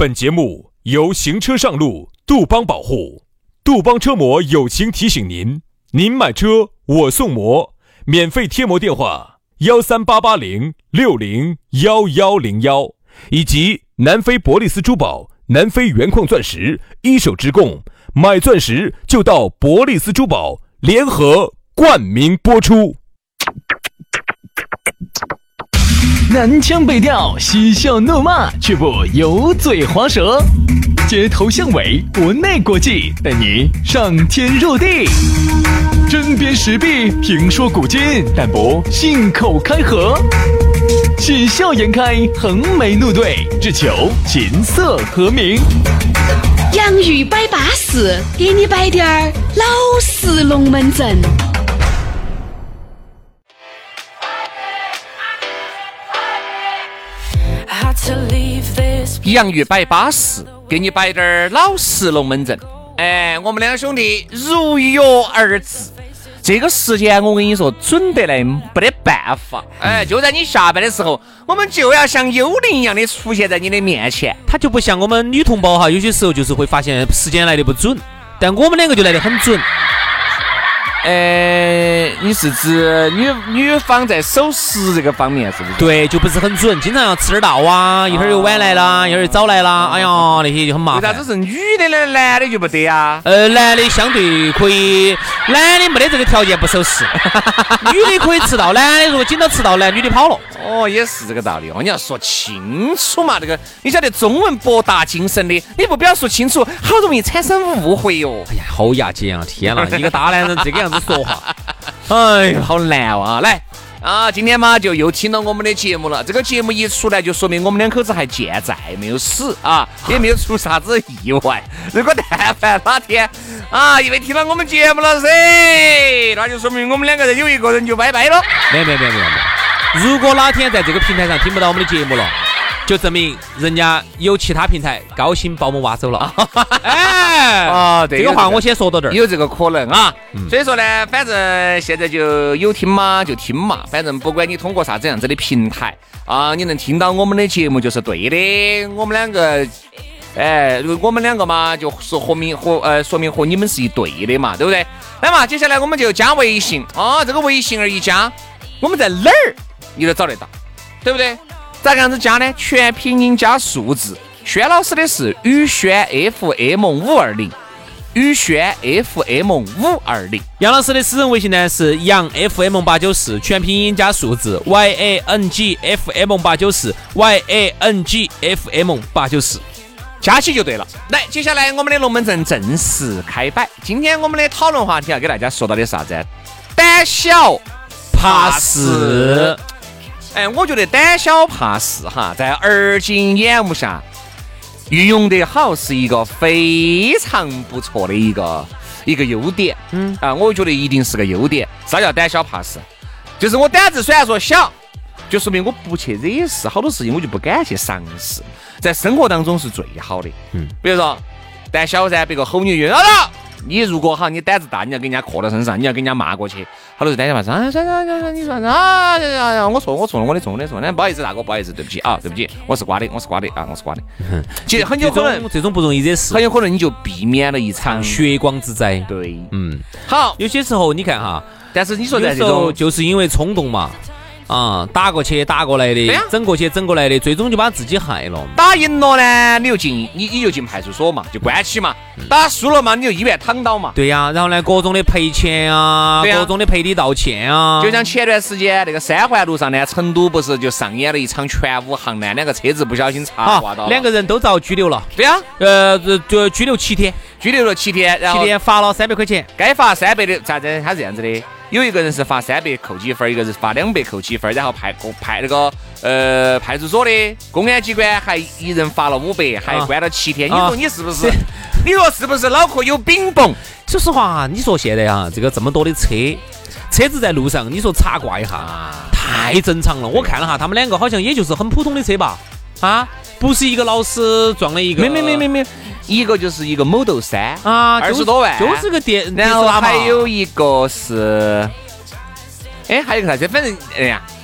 本节目由行车上路杜邦保护，杜邦车模友情提醒您：您买车我送模，免费贴膜电话13880601101，以及南非伯利斯珠宝、南非原矿钻石一手直供，买钻石就到伯利斯珠宝，联合冠名播出。 南腔北调，嬉笑怒骂，却不油嘴滑舌，街头巷尾，国内国际，带你上天入地，针砭时弊，评说古今，但不信口开河，喜笑颜开，横眉怒对，只求琴瑟和鸣。 洋芋摆巴士，给你摆点儿老式龙门阵。 洋芋摆巴适，给你摆点儿老实龙门阵。我们两兄弟如约而至。这个时间我跟你说，准得来没得办法。就在你下班的时候，我们就要像幽灵一样的出现在你的面前。 他就不像我们女同胞哈，有些时候就是会发现时间来的不准，但我们两个就来得很准。 你是指女方在守时这个方面是不是？ 对，就不是很准，经常要迟到啊，一会儿又晚来啦，一会儿又早来啦，哎呀，那些就很麻烦。 为啥子是女的呢？男的就不得啊？ 男的相对可以，男的没得这个条件不守时，女的可以迟到，男的如果紧到迟到，男女的跑了。 哦，也是这个道理哦，你要说清楚嘛，这个你晓得中文博大精深的，你不表述清楚，好容易产生误会哟。 哎呀，好牙尖啊！天哪，一个大男人这个样子说话， 哎呀，好难啊！来啊，今天嘛就又听到我们的节目了。这个节目一出来，就说明我们两口子还健在，没有死啊，也没有出啥子意外。如果但凡哪天啊，因为听到我们节目了噻，那就说明我们两个人有一个人就拜拜了。 没。如果哪天在这个平台上听不到我们的节目了，就证明人家有其他平台高薪把我们挖走了。对，这个话我先说到这儿， 有这个可能啊。所以说呢，反正现在就有听嘛就听嘛，反正不管你通过啥子样子的平台啊，你能听到我们的节目就是对的。我们两个嘛，就是说明和你们是一对的嘛，对不对？那么接下来我们就加微信啊，这个微信一加，我们在哪儿你都找得到，对不对？咋个样子加呢？全拼音加数字。轩老师的是宇轩 FM520，宇轩 FM520。 杨老师的私人微信呢是杨 FM894，全拼音加数字 YANG FM894 YANG FM894， 加起就对了。来，接下来我们的龙门阵正式开摆。今天我们的讨论话题要给大家说到的啥子？胆小怕事。我觉得胆小怕事哈，在而今眼目下运用得好，是一个非常不错的一个优点。我觉得一定是个优点。啥叫胆小怕事？就是我胆子虽然说小，就说明我不去惹事，好多事情我就不敢去尝试。在生活当中是最好的。比如说胆小噻，别个吼你一句，你如果哈，你胆子大，你要给人家磕到身上，你要给人家骂过去，好多是胆小怕事。你说我错了，我的错，不好意思大哥，不好意思，对不起啊，对不起，我是瓜的啊，我是瓜的。其实很有可能这种不容易惹事， 很有可能你就避免了一场血光之灾。 对， 好，有些时候你看哈， 但是你说在这种就是因为冲动嘛。打过去打过来的，整过去整过来的，最终就把自己害了。 打赢了呢，你就进派出所嘛，就关起嘛；打输了嘛，你就医院躺倒嘛。 对呀，然后呢，各种的赔钱啊，各种的赔礼道歉啊。 就像前段时间那个三环路上呢，成都不是就上演了一场全武行呢，两个车子不小心擦挂到了， 两个人都遭拘留了。 对呀， 就拘留7天， 拘留了7天，然后 7天罚了300块钱， 该罚300的，咋子？他是这样子的。有一个人是罚300扣几分，一个是罚200扣几分，然后派那个派出所的公安机关还一人罚了500，还关了7天。你说你是不是？你说是不是脑壳有饼崩？ 说实话，你说现在这个这么多的车子在路上，你说查挂一下，太正常了。我看了哈，他们两个好像也就是很普通的车吧？不是一个劳斯撞了一个， 没，一个就是一个Model 320多万， 就是个然后还有一个是，还有一个啥子？反正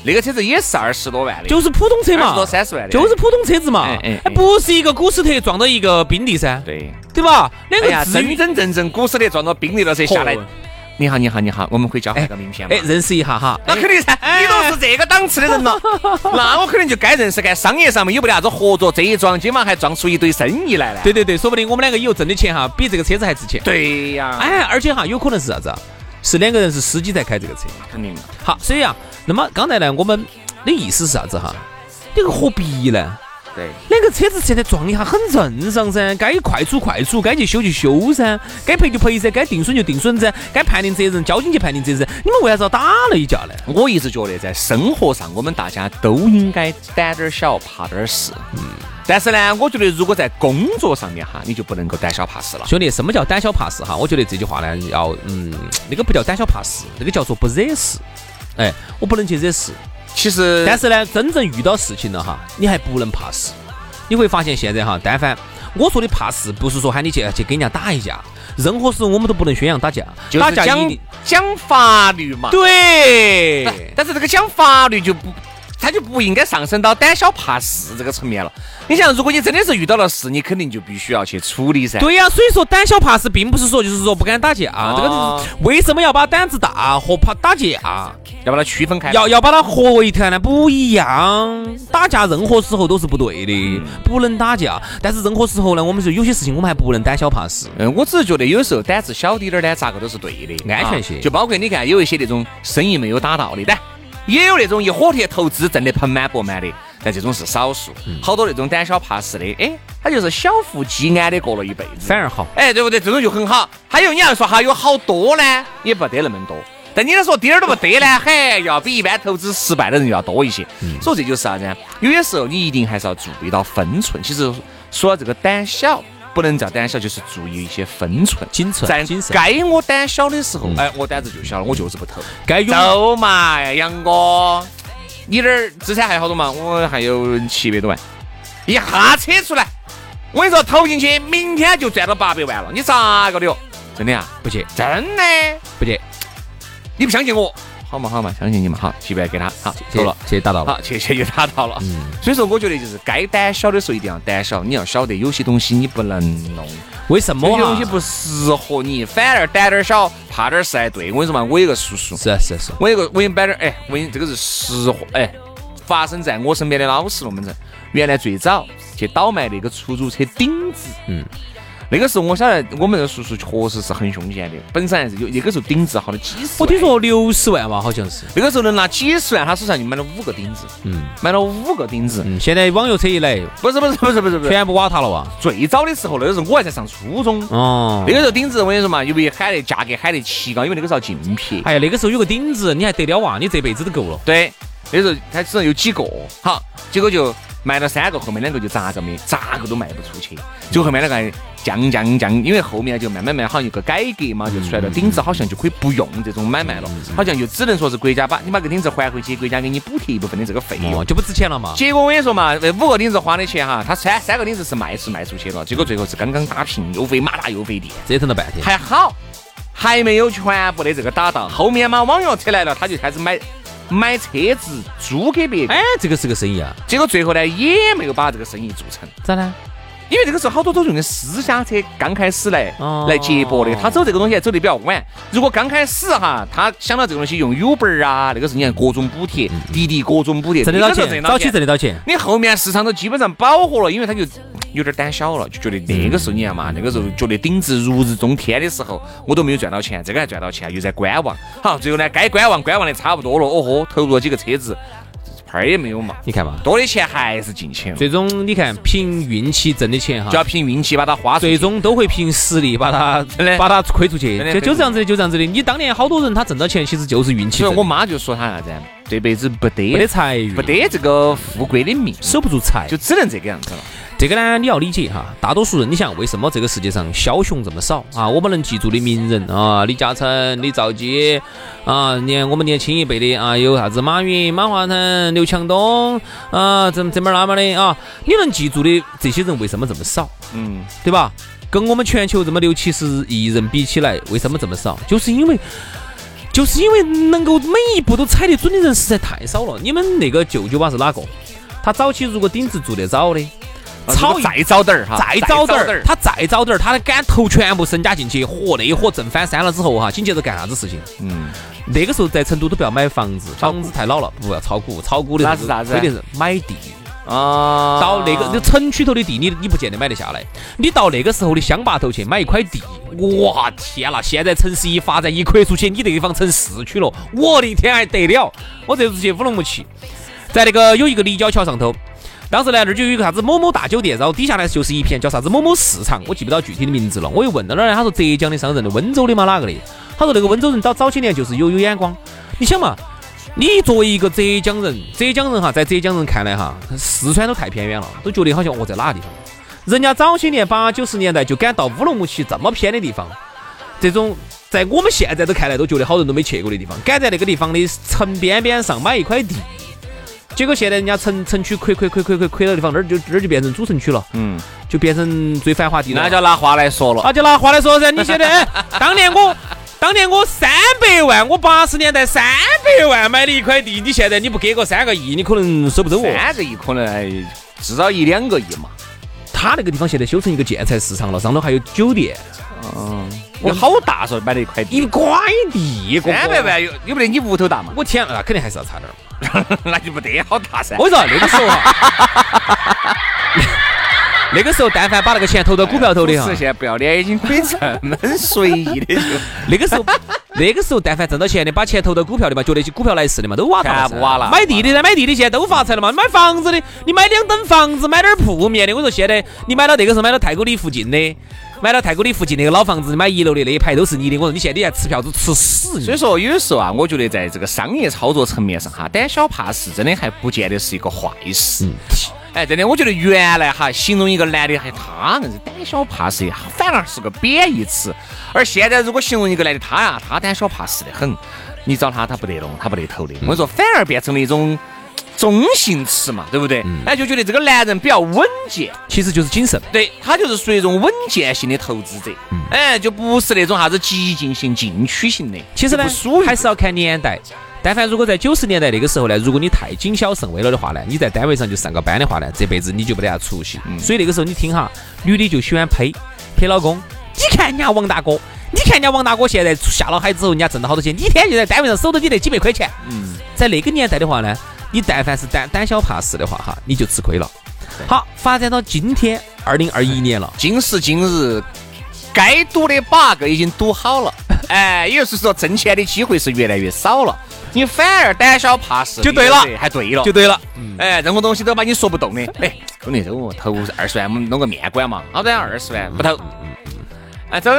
那个车子也是20多万的， 就是普通车嘛， 20多30万的， 就是普通车子嘛，不是一个古斯特撞到一个宾利噻，对吧？两个真正古斯特撞到宾利了车下来。你好，我们可以交换个名片吗？ 认识一下哈。 那肯定噻，你都是这个档次的人了，那我可能就该认识，该商业上面有没得啥子合作，这一撞今晚还撞出一堆生意来了。 对，说不定我们两个以后挣的钱哈，比这个车子还值钱。 对呀， 而且哈，有可能是啥子？是两个人是司机在开这个车， 肯定。 好，所以啊，那么刚才呢，我们的意思是啥子哈？这个何必呢？ 对， 两个车子现在撞一下很正常噻，该快处，该去修就修噻，该赔就赔噻，该定损就定损噻，该判定责任，交警去判定责任。你们为啥子要打了一架呢？ 我一直觉得在生活上，我们大家都应该胆点小，怕点事。但是呢，我觉得如果在工作上面哈，你就不能够胆小怕事了。 兄弟，什么叫胆小怕事哈？我觉得这句话呢，要那个不叫胆小怕事，那个叫做不惹事。哎，我不能去惹事。 其实， 但是呢，真正遇到事情了哈，你还不能怕事。你会发现现在哈，但凡我说的怕事，不是说喊你去跟人家打一架，任何时候我们都不能宣扬打架， 就是讲法律嘛。 对， 但是这个讲法律它就不应该上升到胆小怕事这个层面了。你想，如果你真的是遇到了事，你肯定就必须要去处理噻。 对呀，所以说胆小怕事并不是说就是说不敢打架，这个为什么要把胆子大和怕打架要把它区分开， 要把它合为一团呢？不一样，打架任何时候都是不对的，不能打架。但是任何时候呢，我们说有些事情我们还不能胆小怕事。 我只是觉得有时候胆子小滴点呢，咋个都是对的， 安全些。 就包括你看有一些那种生意没有打到的，但也有那种一火铁投资挣得盆满钵满的，但这种是少数。好多那种胆小怕事的，他就是小富即安的过了一辈子， 反而好， 对不对？这种就很好。还有你要说还有好多呢，也不得那么多。但你要说点儿都不得呢，要比一般投资失败的人要多一些。所以这就是啥子？有些时候你一定还是要注意到分寸。其实说到这个胆小，不能叫胆小，就是注意一些分寸、 谨慎。 在该我胆小的时候，我胆子就小了，我就是不投。 该走嘛，杨哥，你这儿资产还有好多嘛？我还有700多万，一下扯出来，我跟你说，投进去，明天就赚到800万了。你咋个的哟？真的啊？ 不去， 真的不去。 你不相信我？好嘛，相信你嘛。好，700万给他，好，走了， 去达到了， 好，去就达到了。所以说，我觉得就是该胆小的时候一定要胆小，你要晓得有些东西你不能弄。 为什么？ 有些东西不适合你，反而胆点小，怕点事还对。我跟你说嘛，我有个叔叔， 是， 我有摆点，我跟你这个是实话，发生在我身边的老实龙门阵。原来最早去倒卖那个出租车顶子，那个时候我晓得我们的叔叔确实是很凶险的，本身还是有那个时候顶子好的几十万， 我听说60万嘛，好像是那个时候能拿几十万，他手上就买了5个顶子，买了5个顶子。 现在网约车一来， 不是， 全部瓦塌了哇！ 最早的时候，那个时候我还在上初中，那个时候顶子我跟你说嘛，由于价格喊得奇高，因为那个时候竞撇。 哎呀，那个时候有个顶子，你还得了哇，你这辈子都够了。 对，那时候他只能有几个，好，结果就卖了3个，后面2个就咋个都卖不出去，就后面那个降，因为后面就慢慢好像有个改革嘛，就出来了，顶子好像就可以不用这种买卖了，好像就只能说是国家把个顶子还回去，国家给你补贴一部分的这个费用， 就不值钱了嘛。 结果我跟你说嘛，5个顶子花的钱哈，他3个顶子是卖出去了，结果最后是刚刚打平，又费马大又费电， 折腾了半天， 还好还没有全部的这个打到，后面嘛网约车来了，他就开始买车子租给别人， 这个是个生意啊。 结果最后呢也没有把这个生意做成， 咋呢？ 因为这个时候好多都用的私家车，刚开始来接驳的，他走这个东西还走得比较晚。如果刚开始哈，他想到这个东西用 Uber 啊，那个是你看各种补贴，滴滴各种补贴， 挣得到钱，早期挣得到钱。 你后面市场都基本上饱和了，因为他就有点胆小了，就觉得那个时候你看嘛，那个时候觉得顶子如日中天的时候，我都没有赚到钱，这个还赚到钱，又在观望。好，最后呢该观望的差不多了，投入了几个车子。牌也没有嘛， 你看嘛， 多的钱还是进钱了。 最终你看，凭运气挣的钱哈， 就要凭运气把它花出去， 最终都会凭实力把它亏出去。就这样子的，你当年好多人他挣到钱，其实就是运气。 我妈就说他啥子，这辈子不得财运， 不得这个富贵的命， 守不住财， 就只能这个样子了。 这个呢，你要理解哈，大多数人，你想为什么这个世界上枭雄这么少啊？我们能记住的名人啊，李嘉诚、李兆基啊，我们年轻一辈的啊，有啥子马云、马化腾、刘强东啊，这么那么的啊，你能记住的这些人为什么这么少？对吧？跟我们全球这么60-70亿人比起来，为什么这么少？就是因为就是因为能够每一步都踩得准的人实在太少了。你们那个舅舅吧是哪个？他早期如果顶子做得早的， 再早点儿哈， 再早点儿，他再早点儿，他敢投全部身家进去，那一伙挣翻山了之后哈，紧接着干啥子事情？那个时候在成都都不要买房子，房子太老了，不要炒股，炒股的啥子？ 亏的是买地。 到那个城区头的地，你不见得买得下来。你到那个时候的乡坝头去买一块地，哇天啦！现在城市一发展一扩出去，你这个地方成市区了，我的天还得了！我这次去乌鲁木齐，在那个有一个立交桥上头，当时呢那儿就有一个啥子某某大酒店，然后底下呢就是一片叫啥子某某市场，我记不到具体的名字了。我又问到那儿，他说浙江的商人，温州的嘛哪个的？他说那个温州人早些年就是有眼光。你想嘛？你作为一个浙江人哈，在浙江人看来哈，四川都太偏远了，都觉得好像我在哪个地方。人家早些年80、90年代就敢到乌鲁木齐这么偏的地方，这种在我们现在都看来都觉得好多人都没去过的地方，敢在那个地方的城边边上买一块地，结果现在人家城区亏的地方，那儿就变成主城区了，就变成最繁华地段。 那就拿话来说了， 就拿话来说噻，你现在当年我300万，我80年代300万买了一块地，你现在你不给个3个亿，你可能收不走 3个亿可能至少1-2个亿嘛。 他那个地方现在修成一个建材市场了，上头还有酒店。 我好大说买了一块地， 一块地 300万有不得你屋头大嘛？ 我天，那肯定还是要差点那就不得好大噻。 我说那个时候那个时候但凡把那个钱投到股票投的哈， 现在不要脸已经可以这么随意的就那个时候但凡挣到钱的，把钱投到股票的嘛，觉得起股票来势的嘛，都挖到不挖了。 买地的现在都发财了嘛，买房子的，你买2栋房子，买点铺面的。我说现在你买到那个时候买到太古里附近的。买到太古里附近那个老房子，买1楼的那一排都是你的。我说你现在你还吃票都吃死。 所以说有时候啊，我觉得在这个商业操作层面上哈，胆小怕事真的还不见得是一个坏事。真的，我觉得原来哈形容一个男的还他硬是胆小怕事，反而是个贬义词。而现在如果形容一个男的他胆小怕事的很，你找他不得弄，他不得投的。我说反而变成了一种中性词嘛，对不对？就觉得这个男人比较稳健， 其实就是谨慎。 对，他就是属于一种稳健型的投资者。就不是那种啥子激进型、进取型的。 其实呢，还是要看年代。但凡如果在90年代那个时候呢，如果你太谨小慎微了的话呢，你在单位上就上个班的话呢，这辈子你就没得啥出息。所以那个时候你听哈，女的就喜欢呸老公。你看人家王大哥现在下了海之后，人家挣了好多钱，一天就在单位上守着你那几百块钱。在那个年代的话呢，你但凡是胆小怕事的话哈，你就吃亏了。好，发展到今天2021年了， 今时今日该赌的bug已经赌好了，也就是说挣钱的机会是越来越少了，你反而胆小怕事就对了， 还对了， 就对了。 任何东西都把你说不动的。兄弟，这我投20万，我们弄个面馆嘛，好歹20万不投。挣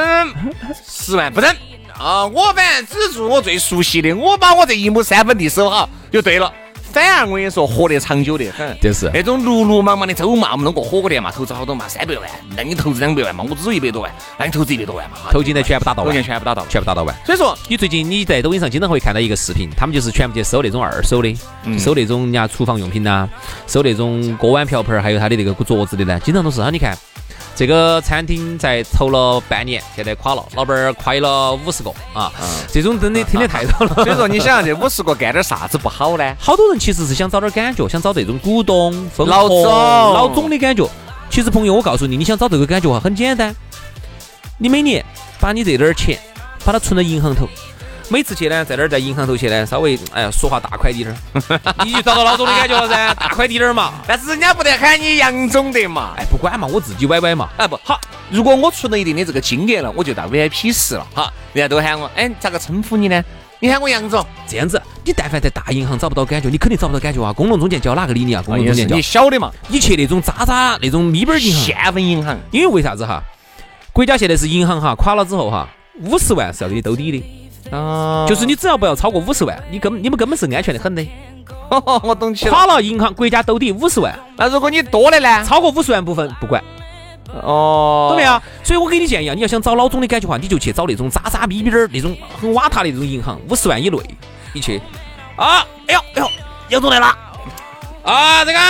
10万不挣啊！我反正只做我最熟悉的，我把我这1亩3分地收好就对了。反而我跟你说，活得长久的很。 就是那种路路茫茫的走嘛，我们弄个火锅店嘛，投资好多嘛，300万，那你投资200万嘛，我只有100多万，那你投资100多万嘛， 投进来全部打到完， 全部打到完。 所以说，你最近你在抖音上经常会看到一个视频，他们就是全部去收那种二手的，收那种人家厨房用品呐，收那种锅碗瓢盆，还有他的那个桌子的呢，经常都是你看。这个餐厅在投了半年，现在垮了，老板亏了50个啊！这种真的听得太多了。 所以说，你想这50个干点啥子不好呢？ 好多人其实是想找点感觉，想找这种股东、分红、老总的感觉。其实朋友，我告诉你，你想找这个感觉很简单，你每年把你这点钱把它存到银行头。每次去呢，在那儿在银行头去呢，稍微说话大块滴点儿，你就找到老总的感觉了噻，大块滴点儿嘛。 但是人家不得喊你杨总的嘛， 不管嘛，我自己歪歪嘛。 不好，如果我存了一定的这个金额了，我就到 VIP 室了，哈，人家都喊我，咋个称呼你呢？你喊我杨总。 这样子，你但凡在大银行找不到感觉，你肯定找不到感觉啊。工农中介叫哪个理你啊？工农中介叫你晓的嘛。 你去那种渣那种咪本银行、 县份银行， 因为为啥子哈？国家现在是银行哈，垮了之后哈，50万是要给你兜底的。就是你只要不要超过50万，你们根本是安全的很的。 我懂起了。 垮了银行国家兜底50万， 那如果你多的呢？ 超过50万部分不管。懂没有？所以我给你建议啊，你要想找老总的感觉话，你就去找那种渣逼逼的那种很瓦塔的那种银行，50万以内，你去啊！哎呦，杨总来了。这个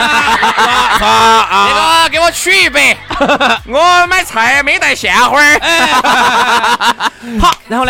那个给我取一杯，我买菜没带鲜花儿。 好，然后呢，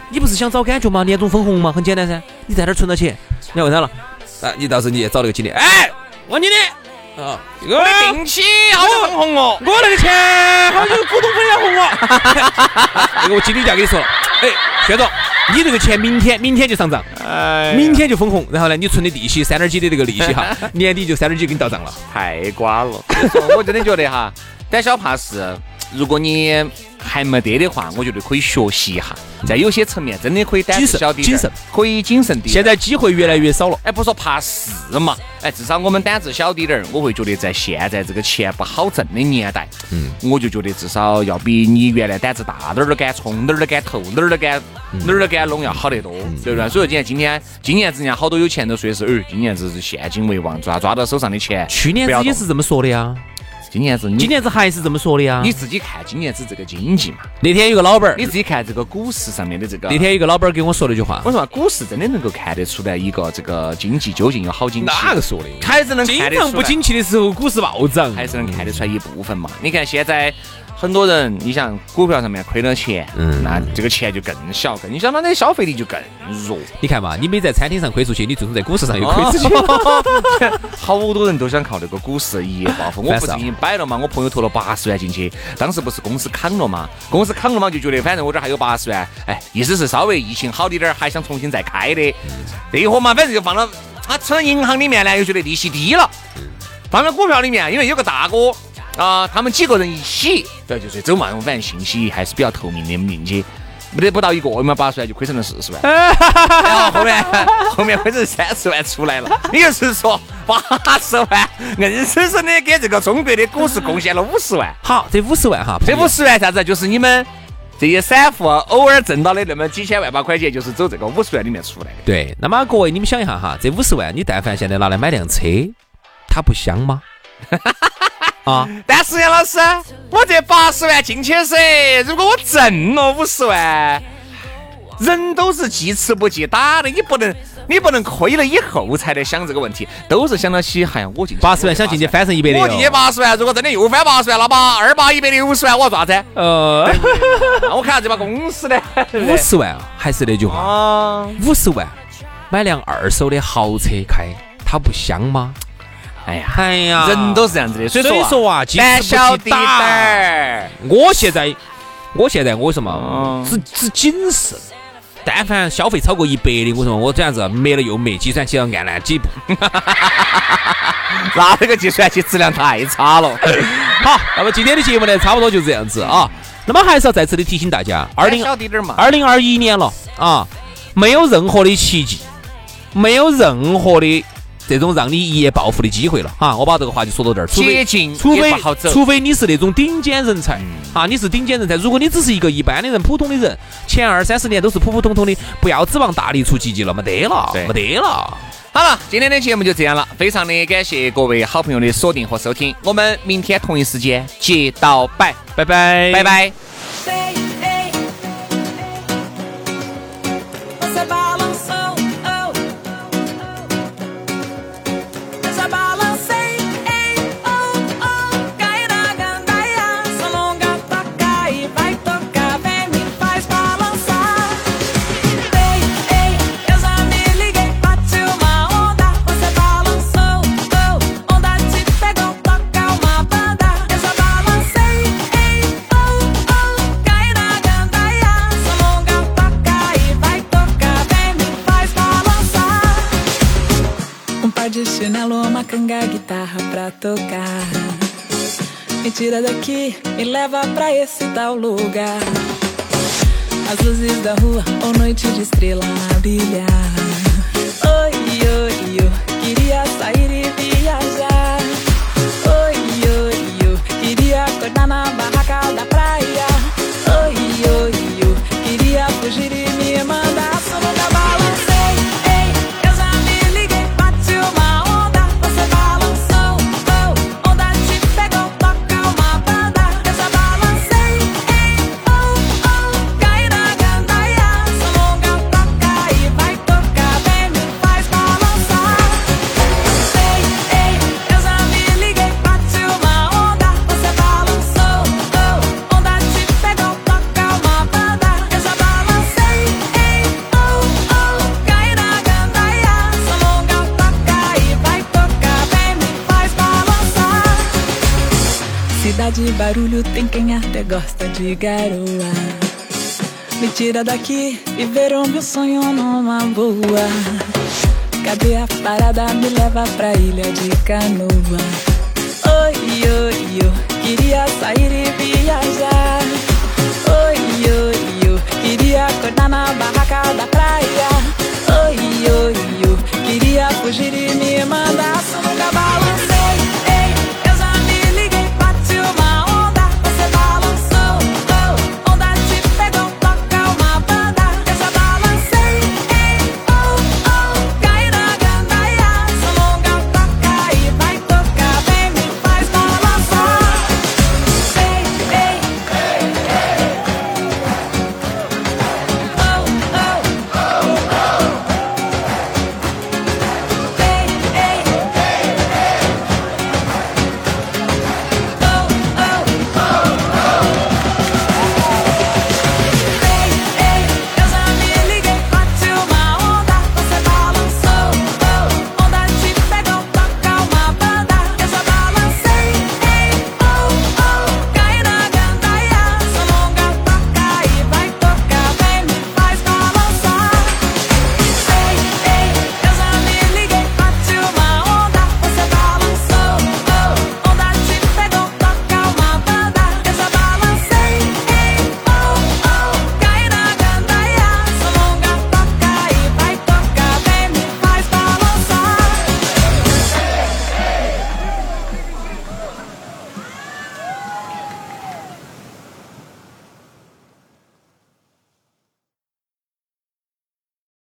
你不是想找感觉吗？年终分红吗？很简单噻，你在哪儿存到钱？你要问他了，你到时候你也找那个经理，哎，我经理。 我的定期好久分红哦， 我那个钱好久股东分红我。那个我经理就要跟你说了，哎，薛总，你这个钱明天就上账，明天就分红，然后呢，你存的利息3点几的这个利息哈，年底就3点几给你到账了， 太瓜了。我真的觉得哈，胆小怕事，如果你还没得的话，我觉得可以学习一下，在有些层面真的可以胆子小点，谨慎，可以谨慎点。 现在机会越来越少了， 不说怕事嘛，至少我们胆子小点，我会觉得在现在这个钱不好挣的年代，我就觉得至少要比你原来胆子大哪儿都敢冲，哪儿都敢投，哪儿都敢弄要好得多，对不对？所以今年子人家好多有钱都说是，今年子是现金为王，抓到手上的钱。 去年子也是这么说的呀。今年子还是这么说的呀？ 你自己看今年子这个经济嘛。 那天有个老板， 你自己看这个股市上面的这个。 那天有个老板给我说了一句话， 我说股市真的能够看得出来一个这个经济究竟有好景气。 哪个说的？ 还是能看得出来。 经常不景气的时候，股市暴涨， 还是能看得出来一部分嘛。你看现在很多人，你想股票上面亏了钱，那这个钱就更小，你想他的消费力就更弱。 你看嘛，你没在餐厅上亏出去，你最终在股市上又亏出去。 好多人都想靠这个股市一夜暴富。我不是已经摆了嘛？我朋友投了80万进去，当时不是公司扛了嘛？就觉得反正我这还有80万，意思是稍微疫情好一点，还想重新再开的。这一伙嘛，反正就放了。存银行里面呢，又觉得利息低了，放到股票里面，因为有个大哥。他们几个人一起，对，就是走嘛，反正信息还是比较透明的，进去不到1个月嘛，80万就亏成了40万，然后后面亏成30万出来了。也就是说，80万硬生生的给这个中国的股市贡献了50万。 好，这50万哈， 这50万啥子？就是你们这些散户偶尔挣到的那么几千万把块钱，就是走这个50万里面出来的。 对，那么各位你们想一下哈，这50万你但凡现在拿来买辆车，它不香吗？ 但是杨老师，我这80万进去噻，如果我挣了50万，人都是记吃不记打的，你不能亏了以后才来想这个问题，都是想到起，我进去 80万想进去翻成160， 我进去80万，如果真的又翻80万，那把160万我要咋子？我看这把公司的 50万还是那句话，50万买辆2手的豪车开，它不香吗？哎呀， 人都是这样子的，所以说啊， 胆小滴胆。 我现在我说什么，只谨慎。但凡消费超过100的，我说我这样子没了又没，计算器要按烂几步。 那这个计算器质量太差了。 好，那么今天的节目呢，差不多就这样子啊。那么还是要再次的提醒大家，2021年了啊，没有任何的奇迹，没有任何的这种让你一夜暴富的机会了哈，我把这个话就说到这儿。除非你是那种顶尖人才你是顶尖人才。如果你只是一个一般的人、普通的人，前20-30年都是普普通通的，不要指望大力出奇迹了，没得了。 好了，今天的节目就这样了，非常的感谢各位好朋友的锁定和收听，我们明天同一时间接到拜拜。 De chinelo, uma canga, guitarra pra tocar. Me tira daqui, me leva pra esse tal lugar. As luzes da rua, ou noite de estrela a brilhar. Oi, queria sair e viajar. Oi, queria acordar na barraca da praia. Oi, queria fugir e me mandar só nunca balancei. gosta de barulho, tem quem até gosta de garoa. Me tira daqui, viver meu sonho numa boa. Cadê a parada, me leva pra ilha de canoa. Oi, oi, oi, queria sair e viajar. Oi, oi, oi, queria acordar na barraca da praia. Oi, oi, oi, queria fugir e me mandar.